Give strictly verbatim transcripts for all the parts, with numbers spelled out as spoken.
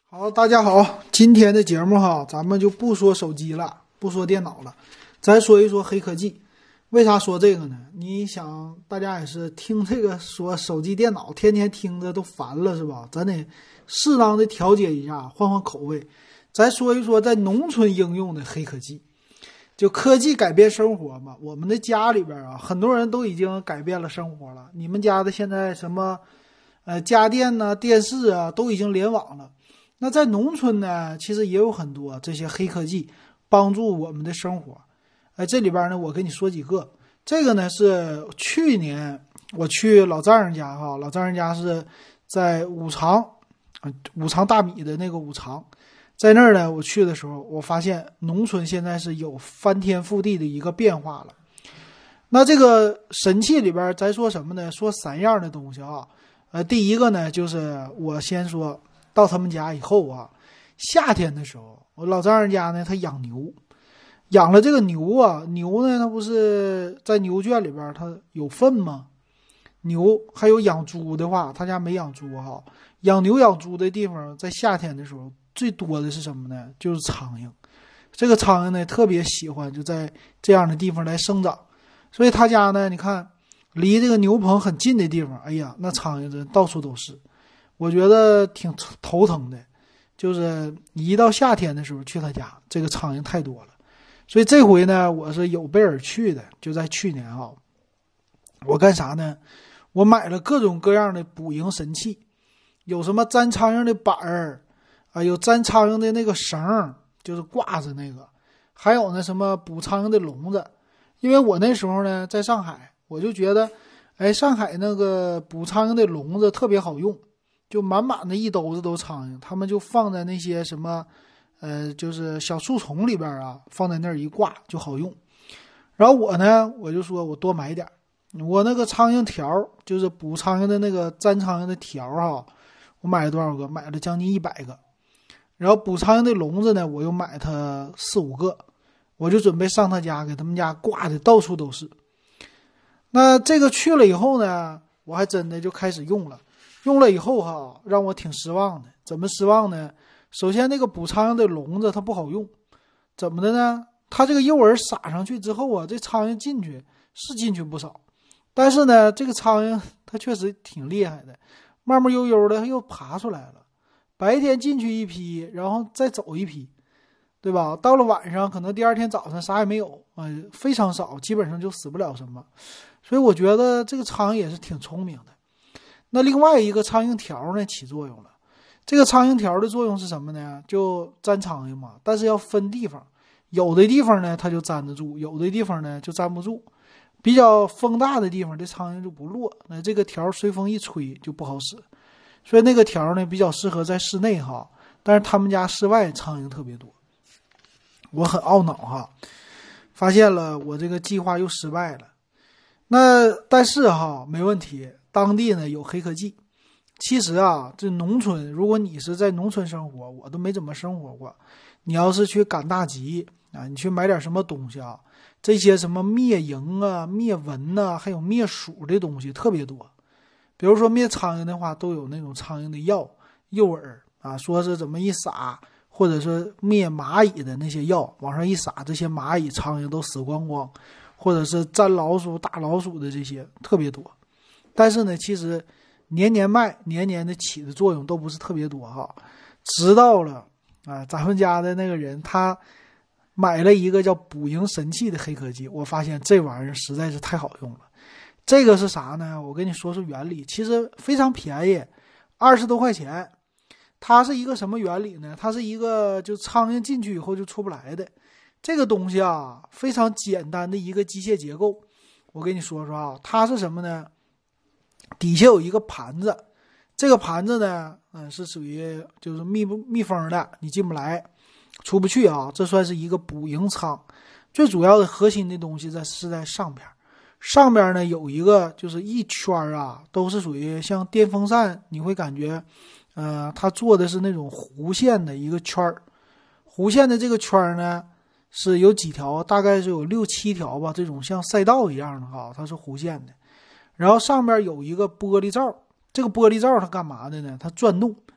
好，大家好，今天的节目哈，咱们就不说手机了，不说电脑了，咱说一说黑科技。为啥说这个呢？你想，大家也是听这个说手机、电脑，天天听着都烦了，是吧？咱得适当的调节一下，换换口味。咱说一说在农村应用的黑科技。就科技改变生活嘛，我们的家里边啊，很多人都已经改变了生活了。你们家的现在什么，呃，家电呢、电视啊，都已经联网了。那在农村呢，其实也有很多这些黑科技帮助我们的生活。哎，这里边呢，我跟你说几个。这个呢是去年我去老丈人家哈，老丈人家是在五常，呃，五常大米的那个五常。在那儿呢，我去的时候，我发现农村现在是有翻天覆地的一个变化了。那这个神器里边，咱说什么呢？说三样的东西啊。呃，第一个呢，就是我先说到他们家以后啊，夏天的时候，我老丈人家呢，他养牛，养了这个牛啊，牛呢，它不是在牛圈里边它有粪吗？牛还有养猪的话，他家没养猪哈，养牛养猪的地方，在夏天的时候。最多的是什么呢？就是苍蝇。这个苍蝇呢，特别喜欢就在这样的地方来生长，所以他家呢，你看离这个牛棚很近的地方，哎呀，那苍蝇真到处都是，我觉得挺头疼的。就是一到夏天的时候去他家，这个苍蝇太多了。所以这回呢，我是有备而去的，就在去年啊，我干啥呢？我买了各种各样的捕蝇神器，有什么粘苍蝇的板儿。啊，有粘苍蝇的那个绳，就是挂着那个，还有呢什么捕苍蝇的笼子。因为我那时候呢在上海，我就觉得，哎，上海那个捕苍蝇的笼子特别好用，就满满的一兜子都苍蝇，他们就放在那些什么，呃，就是小树丛里边啊，放在那儿一挂就好用。然后我呢，我就说我多买点，我那个苍蝇条，就是捕苍蝇的那个粘苍蝇的条啊，我买了多少个？买了将近一百个。然后捕苍蝇的笼子呢，我又买它四五个，我就准备上他家，给他们家挂的到处都是。那这个去了以后呢，我还真的就开始用了。用了以后哈，让我挺失望的。怎么失望呢？首先那个捕苍蝇的笼子它不好用，怎么的呢？它这个诱饵撒上去之后啊，这苍蝇进去是进去不少，但是呢，这个苍蝇它确实挺厉害的，慢慢悠悠的又爬出来了。白天进去一批，然后再走一批，对吧？到了晚上，可能第二天早上啥也没有，呃，非常少，基本上就死不了什么。所以我觉得这个苍蝇也是挺聪明的。那另外一个苍蝇条呢，起作用了。这个苍蝇条的作用是什么呢？就粘苍蝇嘛，但是要分地方，有的地方呢它就粘得住，有的地方呢就粘不住。比较风大的地方，这苍蝇就不落，那这个条随风一吹就不好使。所以那个条呢比较适合在室内哈，但是他们家室外苍蝇特别多，我很懊恼哈，发现了我这个计划又失败了。那但是哈没问题，当地呢有黑科技。其实啊，这农村，如果你是在农村生活，我都没怎么生活过。你要是去赶大集啊，你去买点什么东西啊，这些什么灭蝇啊、灭蚊啊，还有灭鼠的东西特别多。比如说灭苍蝇的话，都有那种苍蝇的药诱饵啊，说是怎么一撒，或者说灭蚂蚁的那些药往上一撒，这些蚂蚁苍蝇都死光光，或者是粘老鼠打老鼠的这些特别多。但是呢，其实年年卖年年的起的作用都不是特别多哈。直到了啊，咱们家的那个人他买了一个叫捕蝇神器的黑科技，我发现这玩意儿实在是太好用了。这个是啥呢？我跟你说说原理，其实非常便宜，二十多块钱。它是一个什么原理呢？它是一个就苍蝇进去以后就出不来的这个东西啊，非常简单的一个机械结构。我跟你说说啊，它是什么呢？底下有一个盘子，这个盘子呢，嗯，是属于就是密不密封的，你进不来，出不去啊。这算是一个捕蝇仓，最主要的核心的东西在是在上边。上边呢有一个就是一圈啊，都是属于像电风扇，你会感觉呃它做的是那种弧线的一个圈儿。弧线的这个圈儿呢是有几条，大概是有六七条吧，这种像赛道一样的哈，它是弧线的。然后上面有一个玻璃罩，这个玻璃罩它干嘛的呢？它转动，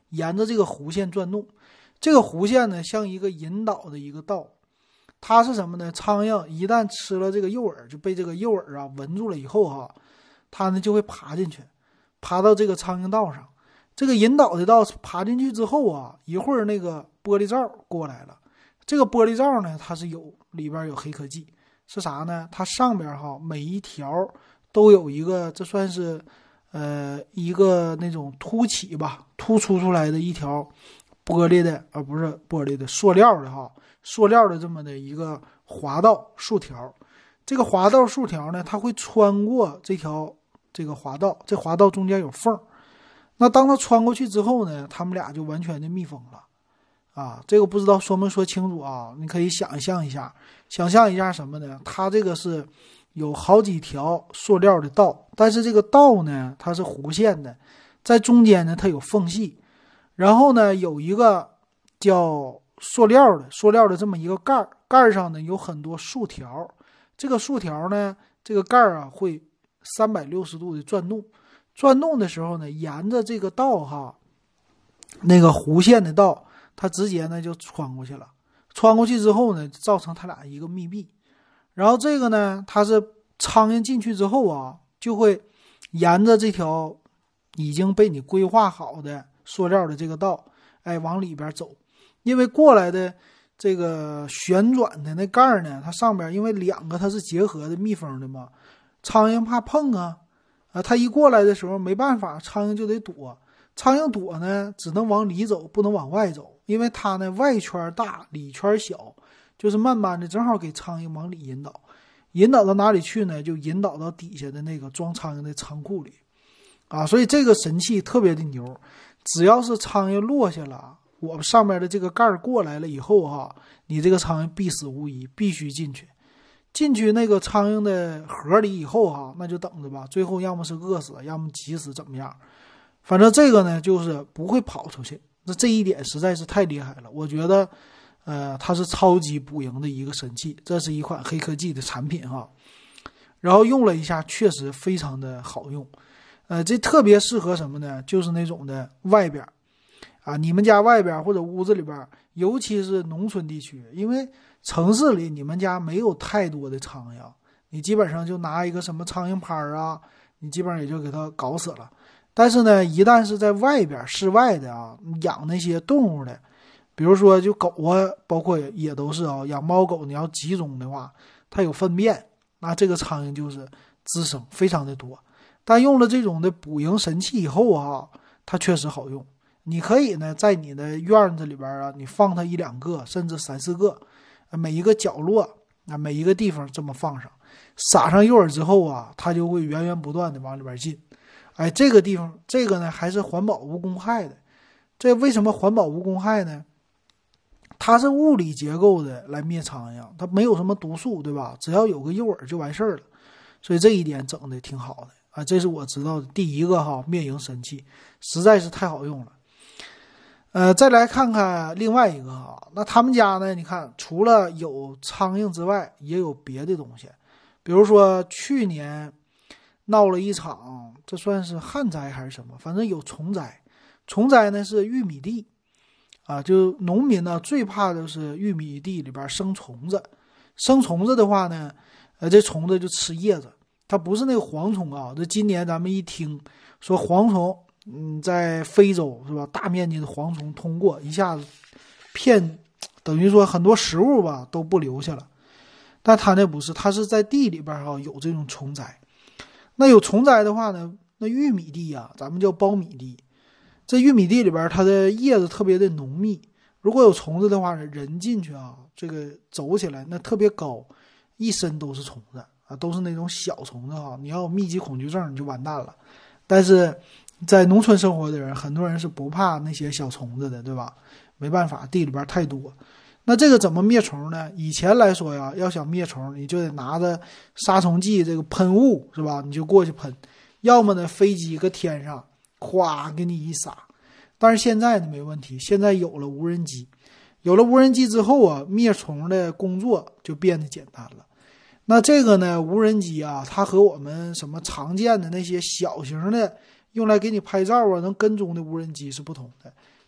沿着这个弧线转动。这个弧线呢，像一个引导的一个道。它是什么呢？苍蝇一旦吃了这个诱饵，就被这个诱饵啊闻住了以后哈、啊，它呢就会爬进去，爬到这个苍蝇道上。这个引导的道爬进去之后啊，一会儿那个玻璃罩过来了。这个玻璃罩呢，它是有里边有黑科技，是啥呢？它上边哈每一条都有一个，这算是呃一个那种凸起吧，突出出来的一条玻璃的，而、呃、不是玻璃的，塑料的哈。塑料的这么的一个滑道竖条，这个滑道竖条呢，它会穿过这条这个滑道，这滑道中间有缝，那当它穿过去之后呢，他们俩就完全的密封了啊。这个不知道说没说清楚啊？你可以想象一下，想象一下什么呢？它这个是有好几条塑料的道，但是这个道呢，它是弧线的，在中间呢它有缝隙，然后呢有一个叫塑料的塑料的这么一个盖盖上呢有很多竖条，这个竖条呢，这个盖啊会三百六十度的转动，转动的时候呢，沿着这个道哈，那个弧线的道，它直接呢就穿过去了，穿过去之后呢，造成它俩一个密闭。然后这个呢，它是苍蝇进去之后啊，就会沿着这条已经被你规划好的塑料的这个道，哎，往里边走。因为过来的这个旋转的那盖呢，它上边因为两个它是结合的密封的嘛，苍蝇怕碰啊，啊，它一过来的时候没办法，苍蝇就得躲，苍蝇躲呢只能往里走，不能往外走，因为它呢外圈大，里圈小，就是慢慢的正好给苍蝇往里引导，引导到哪里去呢？就引导到底下的那个装苍蝇的仓库里，啊，所以这个神器特别的牛，只要是苍蝇落下了。我们上面的这个盖过来了以后哈，你这个苍蝇必死无疑，必须进去。进去那个苍蝇的盒里以后哈，那就等着吧，最后要么是饿死，要么急死，怎么样？反正这个呢，就是不会跑出去。那这一点实在是太厉害了，我觉得，呃，它是超级捕蝇的一个神器。这是一款黑科技的产品哈，然后用了一下，确实非常的好用。呃，这特别适合什么呢？就是那种的外边。啊，你们家外边或者屋子里边，尤其是农村地区，因为城市里你们家没有太多的苍蝇，你基本上就拿一个什么苍蝇拍啊，你基本上也就给它搞死了。但是呢，一旦是在外边室外的啊，养那些动物的，比如说就狗啊，包括也都是啊，养猫狗你要集中的话，它有粪便，那这个苍蝇就是滋生非常的多。但用了这种的捕蝇神器以后啊，它确实好用。你可以呢，在你的院子里边啊，你放它一两个，甚至三四个，每一个角落啊，每一个地方这么放上，撒上诱饵之后啊，它就会源源不断的往里边进。哎，这个地方，这个呢还是环保无公害的。这为什么环保无公害呢？它是物理结构的来灭苍蝇，它没有什么毒素，对吧？只要有个诱饵就完事儿了。所以这一点整的挺好的啊，这是我知道的第一个哈灭蝇神器，实在是太好用了。呃，再来看看另外一个哈，那他们家呢？你看，除了有苍蝇之外，也有别的东西，比如说去年闹了一场，这算是旱灾还是什么？反正有虫灾，虫灾呢是玉米地啊，就农民呢最怕的是玉米地里边生虫子，生虫子的话呢，呃，这虫子就吃叶子，它不是那个蝗虫啊。这今年咱们一听说蝗虫。嗯，在非洲是吧？大面积的蝗虫通过，一下子骗，等于说很多食物吧都不留下了。但它那不是，它是在地里边哈有这种虫灾。那有虫灾的话呢，那玉米地啊，咱们叫苞米地。这玉米地里边，它的叶子特别的浓密，如果有虫子的话呢，人进去啊，这个走起来那特别高，一身都是虫子啊，都是那种小虫子哈。你要有密集恐惧症，你就完蛋了。但是在农村生活的人，很多人是不怕那些小虫子的，对吧？没办法，地里边太多。那这个怎么灭虫呢？以前来说呀，要想灭虫，你就得拿着杀虫剂这个喷雾，是吧？你就过去喷，要么呢飞机搁天上，咵给你一撒。但是现在呢没问题，现在有了无人机，有了无人机之后啊，灭虫的工作就变得简单了。那这个呢，无人机啊，它和我们什么常见的那些小型的用来给你拍照啊能跟踪的无人机是不同的。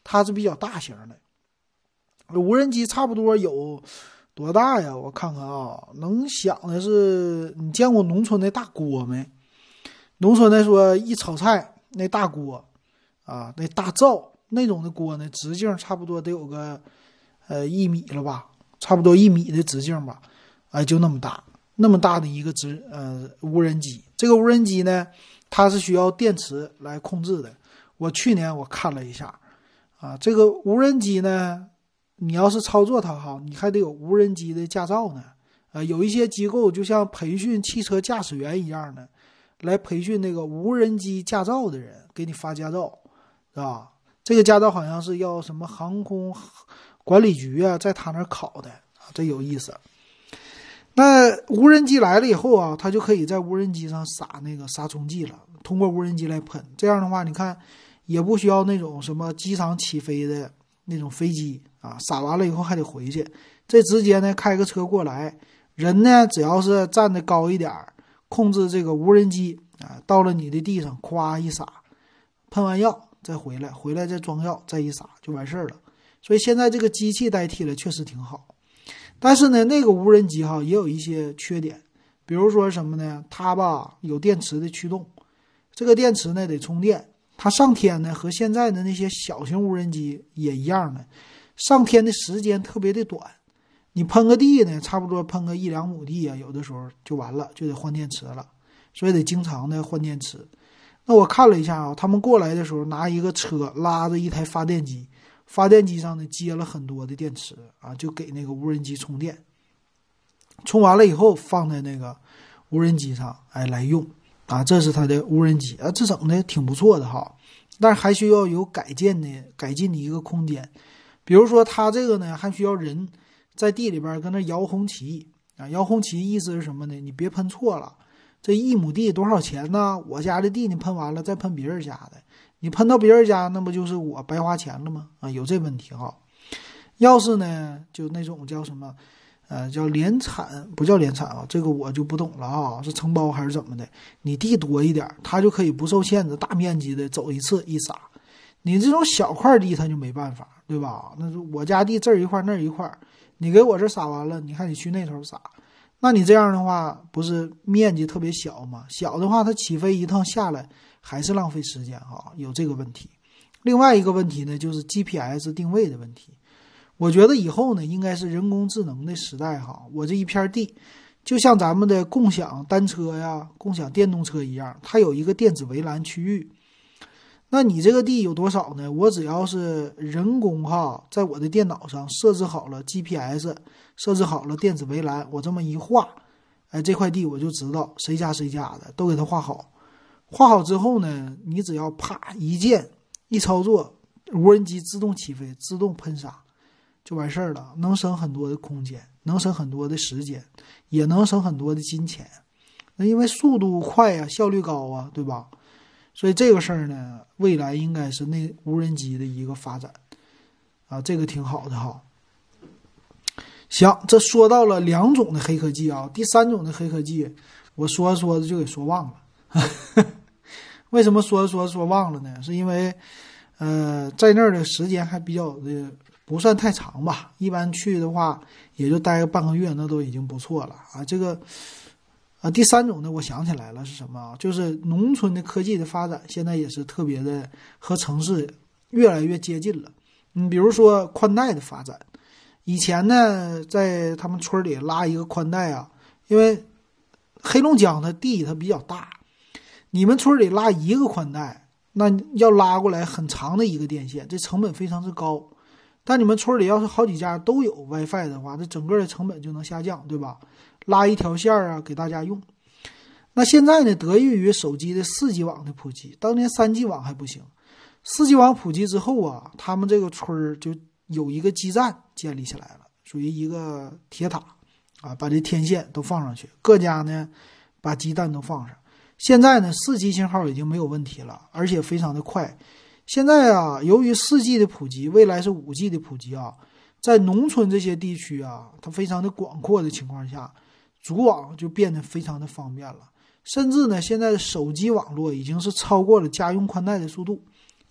它是比较大型的。无人机差不多有多大呀？我看看啊，能想的是，你见过农村的大锅没？农村的说一炒菜那大锅啊，那大灶那种的锅呢，直径差不多得有个呃一米了吧，差不多一米的直径吧，哎，就那么大，那么大的一个直呃无人机。这个无人机呢，它是需要电池来控制的。我去年我看了一下啊，这个无人机呢，你要是操作它哈，你还得有无人机的驾照呢。呃，有一些机构就像培训汽车驾驶员一样的，来培训那个无人机驾照的人，给你发驾照，是吧？这个驾照好像是要什么航空管理局啊，在他那儿考的啊，这有意思。那无人机来了以后啊，它就可以在无人机上撒那个杀虫剂了，通过无人机来喷。这样的话，你看也不需要那种什么机场起飞的那种飞机啊，撒完了以后还得回去，这直接呢开个车过来，人呢只要是站得高一点，控制这个无人机啊，到了你的地上，咵一撒，喷完药再回来，回来再装药，再一撒就完事儿了。所以现在这个机器代替了，确实挺好。但是呢，那个无人机哈也有一些缺点，比如说什么呢？它吧有电池的驱动，这个电池呢得充电。它上天呢和现在的那些小型无人机也一样的，上天的时间特别的短。你喷个地呢，差不多喷个一两亩地啊，有的时候就完了，就得换电池了，所以得经常的换电池。那我看了一下啊，他们过来的时候拿一个车拉着一台发电机，发电机上呢接了很多的电池啊，就给那个无人机充电，充完了以后放在那个无人机上，哎来用啊，这是它的无人机啊，这整的挺不错的哈，但是还需要有改进的改进的一个空间，比如说它这个呢还需要人在地里边跟那摇红旗啊，摇红旗意思是什么呢？你别喷错了，这一亩地多少钱呢？我家的地你喷完了再喷别人家的，你喷到别人家，那不就是我白花钱了吗？啊，有这问题哈。要是呢，就那种叫什么，呃，叫联产，不叫联产啊，这个我就不懂了啊，是承包还是怎么的？你地多一点，它就可以不受限制，大面积的走一次一撒。你这种小块地，它就没办法，对吧？那我家地这儿一块那儿一块，你给我这撒完了，你还得去那头撒。那你这样的话，不是面积特别小吗？小的话，它起飞一趟下来还是浪费时间哈，有这个问题。另外一个问题呢，就是 G P S 定位的问题。我觉得以后呢，应该是人工智能的时代哈。我这一片地，就像咱们的共享单车呀、共享电动车一样，它有一个电子围栏区域。那你这个地有多少呢？我只要是人工哈，在我的电脑上设置好了 G P S， 设置好了电子围栏，我这么一画，哎，这块地我就知道谁家谁家的，都给它画好。画好之后呢，你只要啪一键一操作，无人机自动起飞，自动喷洒，就完事儿了，能省很多的空间，能省很多的时间，也能省很多的金钱。那因为速度快啊，效率高啊，对吧？所以这个事儿呢，未来应该是那无人机的一个发展啊，这个挺好的哈。行，这说到了两种的黑科技啊，第三种的黑科技，我说着说着就给说忘了。为什么说着说着说忘了呢？是因为呃，在那儿的时间还比较的不算太长吧，一般去的话也就待个半个月，那都已经不错了啊。这个啊，第三种呢，我想起来了是什么啊？就是农村的科技的发展，现在也是特别的和城市越来越接近了。嗯，比如说宽带的发展，以前呢，在他们村里拉一个宽带啊，因为黑龙江它地它比较大，你们村里拉一个宽带，那要拉过来很长的一个电线，这成本非常之高。但你们村里要是好几家都有 WiFi 的话，这整个的成本就能下降，对吧？拉一条线啊，给大家用。那现在呢，得益于手机的 四 G 网的普及，当年 三 G 网还不行， 四 G 网普及之后啊，他们这个村就有一个基站建立起来了，属于一个铁塔啊，把这天线都放上去，各家呢把鸡蛋都放上。现在呢 四 G 信号已经没有问题了，而且非常的快。现在啊，由于 四 G 的普及，未来是 五 G 的普及啊，在农村这些地区啊，它非常的广阔的情况下，组网就变得非常的方便了。甚至呢，现在的手机网络已经是超过了家用宽带的速度，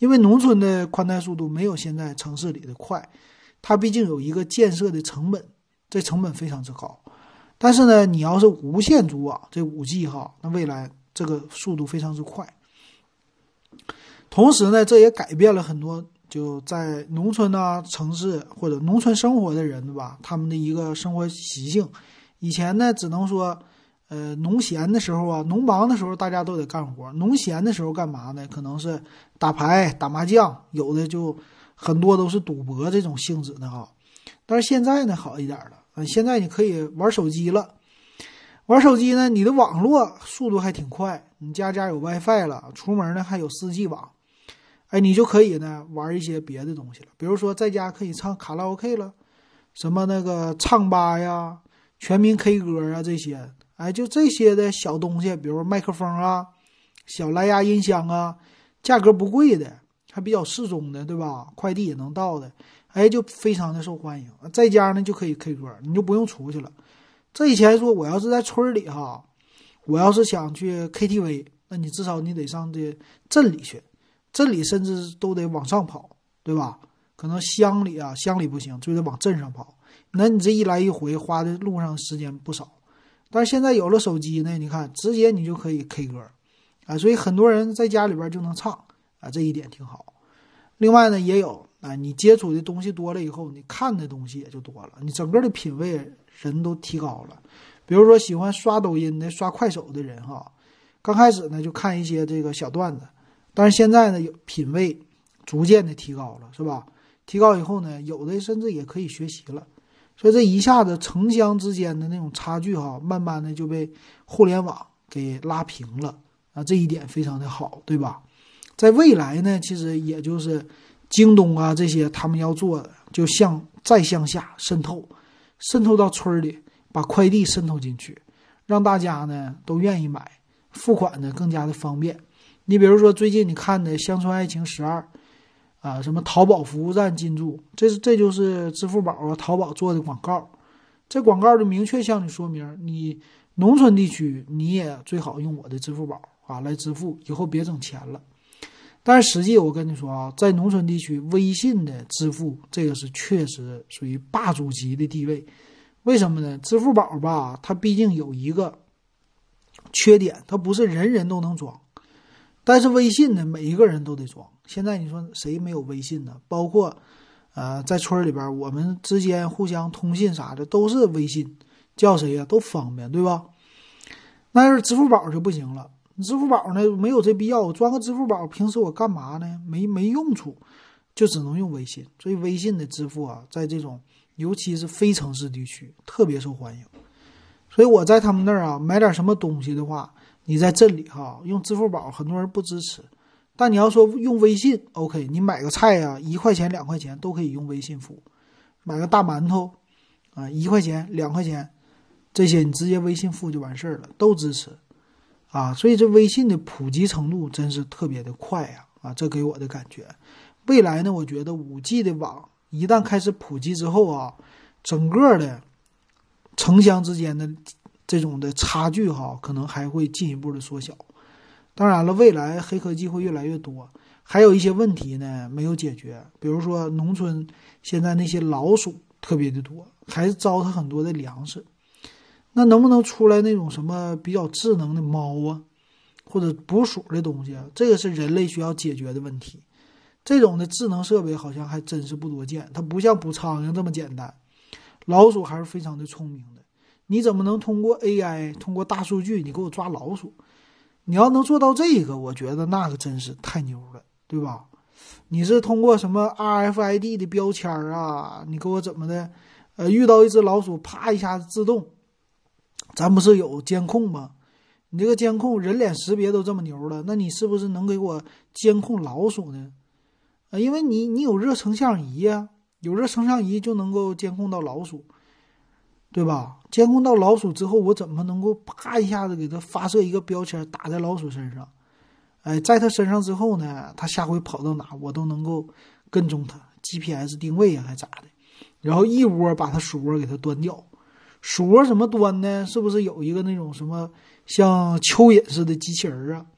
因为农村的宽带速度没有现在城市里的快，它毕竟有一个建设的成本，这成本非常之高。但是呢，你要是无线组网，这 五 G 哈，那未来这个速度非常之快。同时呢，这也改变了很多就在农村啊、城市或者农村生活的人吧，他们的一个生活习性。以前呢，只能说，呃，农闲的时候啊，农忙的时候大家都得干活，农闲的时候干嘛呢？可能是打牌、打麻将，有的就很多都是赌博这种性质的哈。但是现在呢，好一点了。现在你可以玩手机了，玩手机呢，你的网络速度还挺快，你家家有 WiFi 了，出门呢还有 四 G 网，哎，你就可以呢玩一些别的东西了，比如说在家可以唱卡拉 OK 了，什么那个唱吧呀、全民 K 歌啊这些，哎，就这些的小东西，比如麦克风啊、小蓝牙音箱啊，价格不贵的，还比较适中的，对吧？快递也能到的。哎，就非常的受欢迎，在家呢就可以 K 歌，你就不用出去了。这以前说我要是在村里哈，我要是想去 K T V， 那你至少你得上这镇里去，镇里甚至都得往上跑，对吧？可能乡里啊，乡里不行，就得往镇上跑。那你这一来一回花的路上时间不少。但是现在有了手机呢，你看直接你就可以 K 歌啊，所以很多人在家里边就能唱啊，这一点挺好。另外呢，也有啊，你接触的东西多了以后，你看的东西也就多了，你整个的品味人都提高了。比如说喜欢刷抖音的、刷快手的人哈，刚开始呢就看一些这个小段子，但是现在呢有品味逐渐的提高了，是吧？提高以后呢，有的甚至也可以学习了。所以这一下子城乡之间的那种差距哈，慢慢的就被互联网给拉平了啊，这一点非常的好，对吧？在未来呢，其实也就是京东啊这些他们要做的，就向再向下渗透，渗透到村里，把快递渗透进去，让大家呢都愿意买，付款呢更加的方便。你比如说最近你看的《乡村爱情十二》啊，什么淘宝服务站进驻，这是这就是支付宝啊、淘宝做的广告。这广告就明确向你说明，你农村地区你也最好用我的支付宝啊来支付，以后别整钱了。但是实际我跟你说啊，在农村地区，微信的支付这个是确实属于霸主级的地位。为什么呢？支付宝吧，它毕竟有一个缺点，它不是人人都能装。但是微信呢，每一个人都得装。现在你说谁没有微信呢？包括呃，在村里边，我们之间互相通信啥的都是微信，叫谁呀、啊、都方便，对吧？那要是支付宝就不行了。支付宝呢没有这必要，我装个支付宝平时我干嘛呢？没没用处，就只能用微信。所以微信的支付啊，在这种尤其是非城市地区特别受欢迎。所以我在他们那儿啊买点什么东西的话，你在镇里哈用支付宝很多人不支持，但你要说用微信 OK， 你买个菜啊一块钱两块钱都可以用微信付，买个大馒头啊一块钱两块钱，这些你直接微信付就完事儿了，都支持。啊，所以这微信的普及程度真是特别的快呀！啊，这给我的感觉。未来呢，我觉得 五 G 的网一旦开始普及之后啊，整个的城乡之间的这种的差距哈，可能还会进一步的缩小。当然了，未来黑科技会越来越多，还有一些问题呢没有解决，比如说农村现在那些老鼠特别的多，还是糟蹋很多的粮食。那能不能出来那种什么比较智能的猫啊，或者捕鼠的东西啊？这个是人类需要解决的问题。这种的智能设备好像还真是不多见，它不像捕苍蝇这么简单。老鼠还是非常的聪明的，你怎么能通过 A I 通过大数据你给我抓老鼠？你要能做到这个，我觉得那个真是太牛了，对吧？你是通过什么 R F I D 的标签啊，你给我怎么的呃，遇到一只老鼠啪一下子自动，咱不是有监控吗？你这个监控人脸识别都这么牛了，那你是不是能给我监控老鼠呢？啊，因为你你有热成像仪啊，有热成像仪就能够监控到老鼠，对吧？监控到老鼠之后，我怎么能够啪一下子给它发射一个标签打在老鼠身上？哎，在它身上之后呢，它下回跑到哪我都能够跟踪它 G P S 定位啊，还咋的？然后一窝把它鼠窝给它端掉。鼠窝怎么端呢？是不是有一个那种什么像蚯蚓似的机器人啊？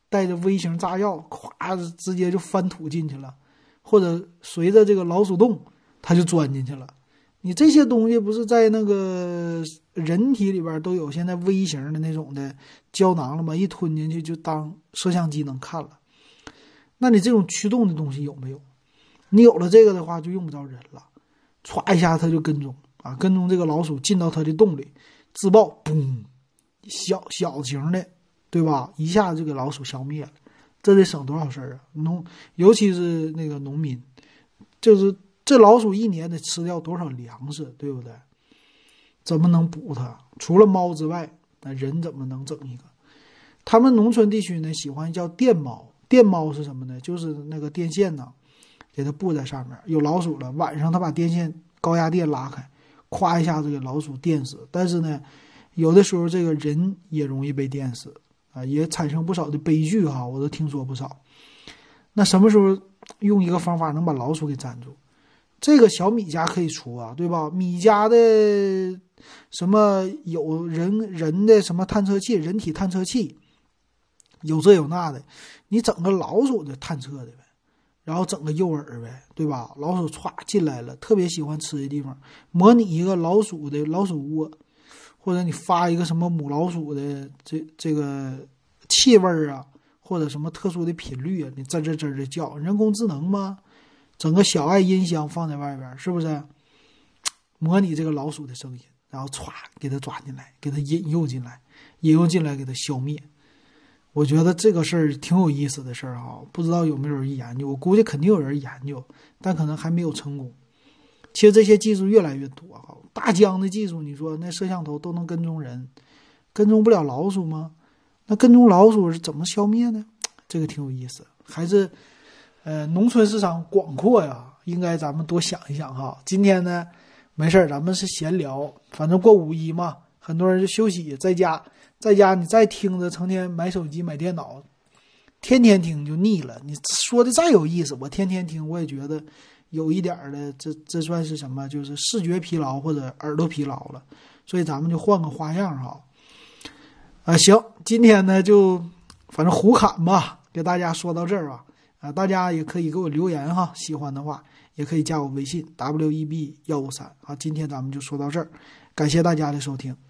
带着微型炸药，咵直接就翻土进去了，或者随着这个老鼠洞，它就钻进去了。你这些东西不是在那个人体里边都有现在微型的那种的胶囊了吗？一吞进去就当摄像机能看了。那你这种驱动的东西有没有？你有了这个的话，就用不着人了，歘一下它就跟踪啊，跟踪这个老鼠进到它的洞里，自爆，嘣，小小型的，对吧？一下就给老鼠消灭了，这得省多少事儿啊！农，尤其是那个农民，就是这老鼠一年得吃掉多少粮食，对不对？怎么能补它？除了猫之外，那人怎么能整一个？他们农村地区呢，喜欢叫电猫。电猫是什么呢？就是那个电线呢，给它布在上面，有老鼠了，晚上他把电线高压电拉开，咵一下子给老鼠电死。但是呢，有的时候这个人也容易被电死啊，也产生不少的悲剧哈，我都听说不少。那什么时候用一个方法能把老鼠给粘住？这个小米家可以出啊，对吧？米家的什么有人人的什么探测器，人体探测器，有这有那的，你整个老鼠的探测的呗，然后整个诱饵呗，对吧？老鼠歘进来了，特别喜欢吃的地方，模拟一个老鼠的老鼠窝，或者你发一个什么母老鼠的这这个气味啊，或者什么特殊的频率啊，你吱吱吱的叫，人工智能吗？整个小爱音箱放在外边，是不是模拟这个老鼠的声音，然后歘给它抓进来，给它引诱进来，引诱进来给它消灭。我觉得这个事儿挺有意思的事儿哈，不知道有没有人研究，我估计肯定有人研究，但可能还没有成功。其实这些技术越来越多哈，大疆的技术，你说那摄像头都能跟踪人，跟踪不了老鼠吗？那跟踪老鼠是怎么消灭呢？这个挺有意思，还是呃农村市场广阔呀，应该咱们多想一想哈。今天呢，没事咱们是闲聊，反正过五一嘛，很多人就休息在家。在家你再听着成天买手机买电脑，天天听就腻了。你说的再有意思，我天天听我也觉得有一点的，这这算是什么？就是视觉疲劳或者耳朵疲劳了。所以咱们就换个花样哈。啊，行，今天呢就反正胡侃吧，给大家说到这儿啊。啊，大家也可以给我留言哈，喜欢的话也可以加我微信 W E B 一五三。好，今天咱们就说到这儿，感谢大家的收听。